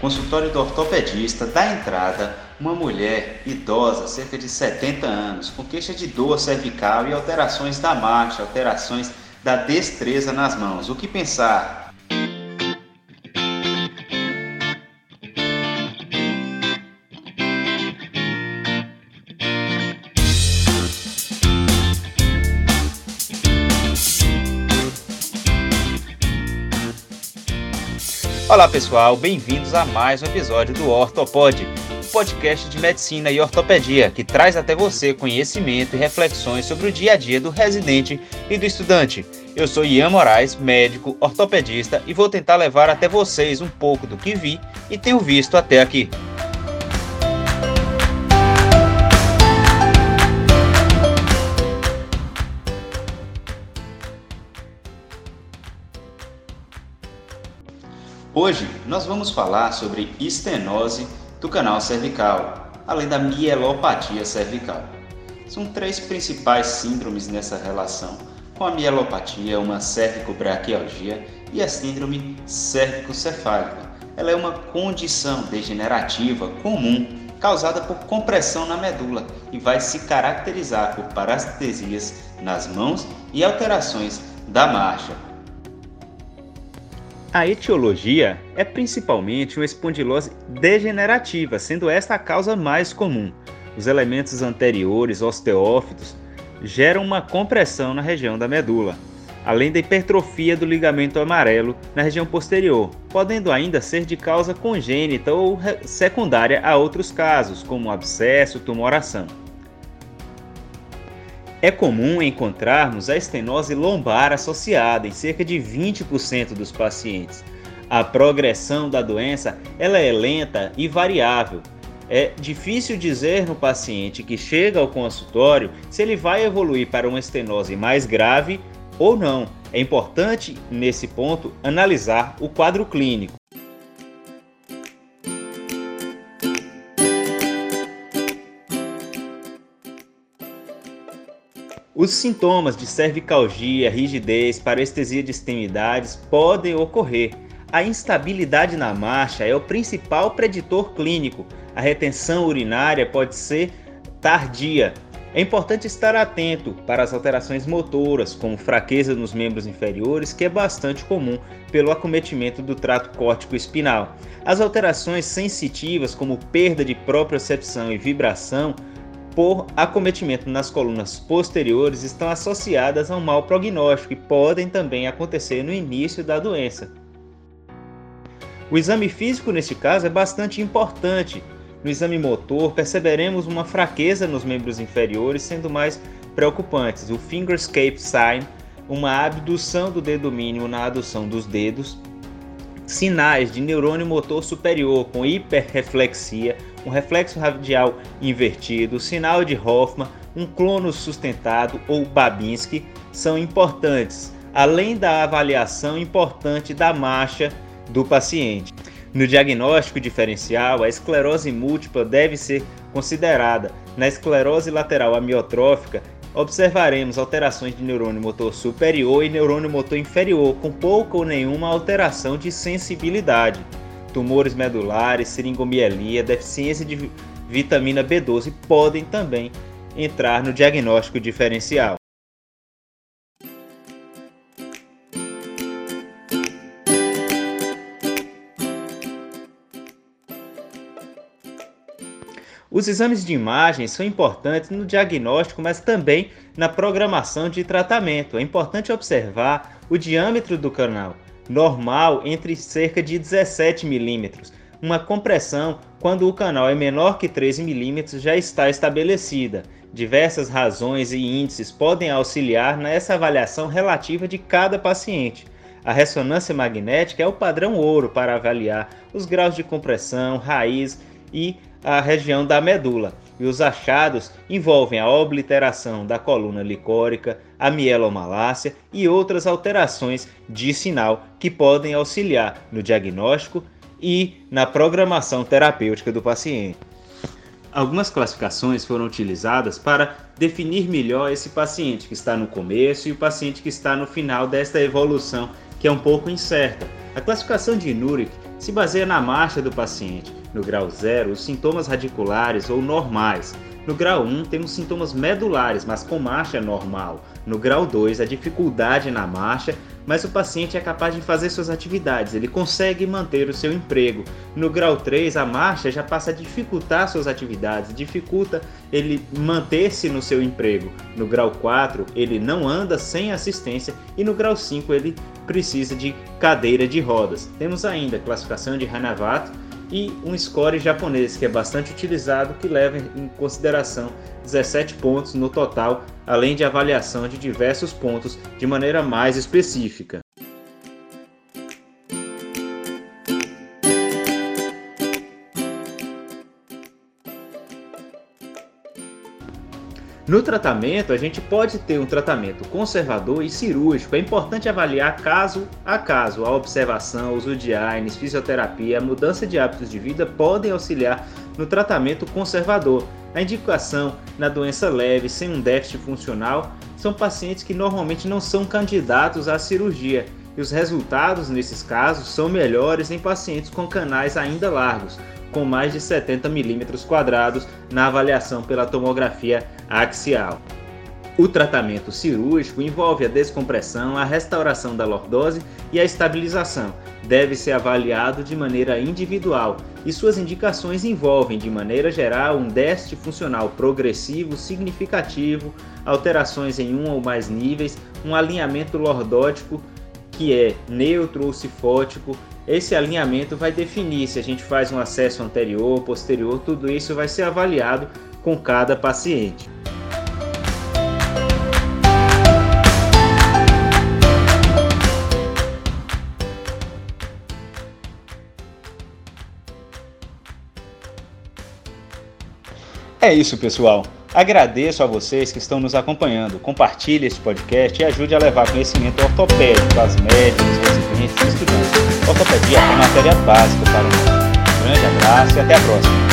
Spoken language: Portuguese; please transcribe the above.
Consultório do ortopedista dá entrada uma mulher idosa, cerca de 70 anos, com queixa de dor cervical e alterações da marcha, alterações da destreza nas mãos. O que pensar? Olá pessoal, bem-vindos a mais um episódio do Ortopod, um podcast de medicina e ortopedia que traz até você conhecimento e reflexões sobre o dia a dia do residente e do estudante. Eu sou Ian Moraes, médico, ortopedista e vou tentar levar até vocês um pouco do que vi e tenho visto até aqui. Hoje nós vamos falar sobre estenose do canal cervical, além da mielopatia cervical. São três principais síndromes nessa relação, com a mielopatia, uma cervicobraquialgia e a síndrome cérvico-cefálica. Ela é uma condição degenerativa comum causada por compressão na medula e vai se caracterizar por parestesias nas mãos e alterações da marcha. A etiologia é principalmente uma espondilose degenerativa, sendo esta a causa mais comum. Os elementos anteriores, osteófitos, geram uma compressão na região da medula, além da hipertrofia do ligamento amarelo na região posterior, podendo ainda ser de causa congênita ou secundária a outros casos, como abscesso, tumoração. É comum encontrarmos a estenose lombar associada em cerca de 20% dos pacientes. A progressão da doença ela é lenta e variável. É difícil dizer no paciente que chega ao consultório se ele vai evoluir para uma estenose mais grave ou não. É importante, nesse ponto, analisar o quadro clínico. Os sintomas de cervicalgia, rigidez, parestesia de extremidades podem ocorrer. A instabilidade na marcha é o principal preditor clínico. A retenção urinária pode ser tardia. É importante estar atento para as alterações motoras, como fraqueza nos membros inferiores, que é bastante comum pelo acometimento do trato córtico-espinal. As alterações sensitivas, como perda de propriocepção e vibração, por acometimento nas colunas posteriores, estão associadas a um mau prognóstico e podem também acontecer no início da doença. O exame físico, neste caso, é bastante importante. No exame motor, perceberemos uma fraqueza nos membros inferiores, sendo mais preocupantes. O fingerscape sign, uma abdução do dedo mínimo na adução dos dedos, sinais de neurônio motor superior com hiperreflexia, um reflexo radial invertido, sinal de Hoffman, um clono sustentado ou Babinski são importantes, além da avaliação importante da marcha do paciente. No diagnóstico diferencial, a esclerose múltipla deve ser considerada. Na esclerose lateral amiotrófica, observaremos alterações de neurônio motor superior e neurônio motor inferior, com pouca ou nenhuma alteração de sensibilidade. Tumores medulares, seringomielia, deficiência de vitamina B12 podem também entrar no diagnóstico diferencial. Os exames de imagem são importantes no diagnóstico, mas também na programação de tratamento. É importante observar o diâmetro do canal, normal entre cerca de 17 mm. Uma compressão, quando o canal é menor que 13 mm, já está estabelecida. Diversas razões e índices podem auxiliar nessa avaliação relativa de cada paciente. A ressonância magnética é o padrão ouro para avaliar os graus de compressão, raiz e a região da medula, e os achados envolvem a obliteração da coluna licórica, a mielomalácia e outras alterações de sinal que podem auxiliar no diagnóstico e na programação terapêutica do paciente. Algumas classificações foram utilizadas para definir melhor esse paciente que está no começo e o paciente que está no final desta evolução, que é um pouco incerta. A classificação de Nurek se baseia na marcha do paciente. No grau 0, os sintomas radiculares ou normais. No grau 1, temos sintomas medulares, mas com marcha normal. No grau 2, a dificuldade na marcha, mas o paciente é capaz de fazer suas atividades, ele consegue manter o seu emprego. No grau 3, a marcha já passa a dificultar suas atividades, dificulta ele manter-se no seu emprego. No grau 4, ele não anda sem assistência e no grau 5, ele precisa de cadeira de rodas. Temos ainda a classificação de Hanavato e um score japonês que é bastante utilizado, que leva em consideração 17 pontos no total, além de avaliação de diversos pontos de maneira mais específica. No tratamento, a gente pode ter um tratamento conservador e cirúrgico. É importante avaliar caso a caso. A observação, o uso de AINES, fisioterapia, a mudança de hábitos de vida podem auxiliar no tratamento conservador. A indicação na doença leve, sem um déficit funcional, são pacientes que normalmente não são candidatos à cirurgia. E os resultados nesses casos são melhores em pacientes com canais ainda largos, com mais de 70 mm² na avaliação pela tomografia axial. O tratamento cirúrgico envolve a descompressão, a restauração da lordose e a estabilização. Deve ser avaliado de maneira individual e suas indicações envolvem, de maneira geral, um déficit funcional progressivo significativo, alterações em um ou mais níveis, um alinhamento lordótico que é neutro ou cifótico. Esse alinhamento vai definir se a gente faz um acesso anterior, posterior, tudo isso vai ser avaliado com cada paciente. É isso, pessoal. Agradeço a vocês que estão nos acompanhando. Compartilhe este podcast e ajude a levar conhecimento ortopédico às médicos, residentes e estudantes. Ortopedia é matéria básica para o mundo. Um grande abraço e até a próxima.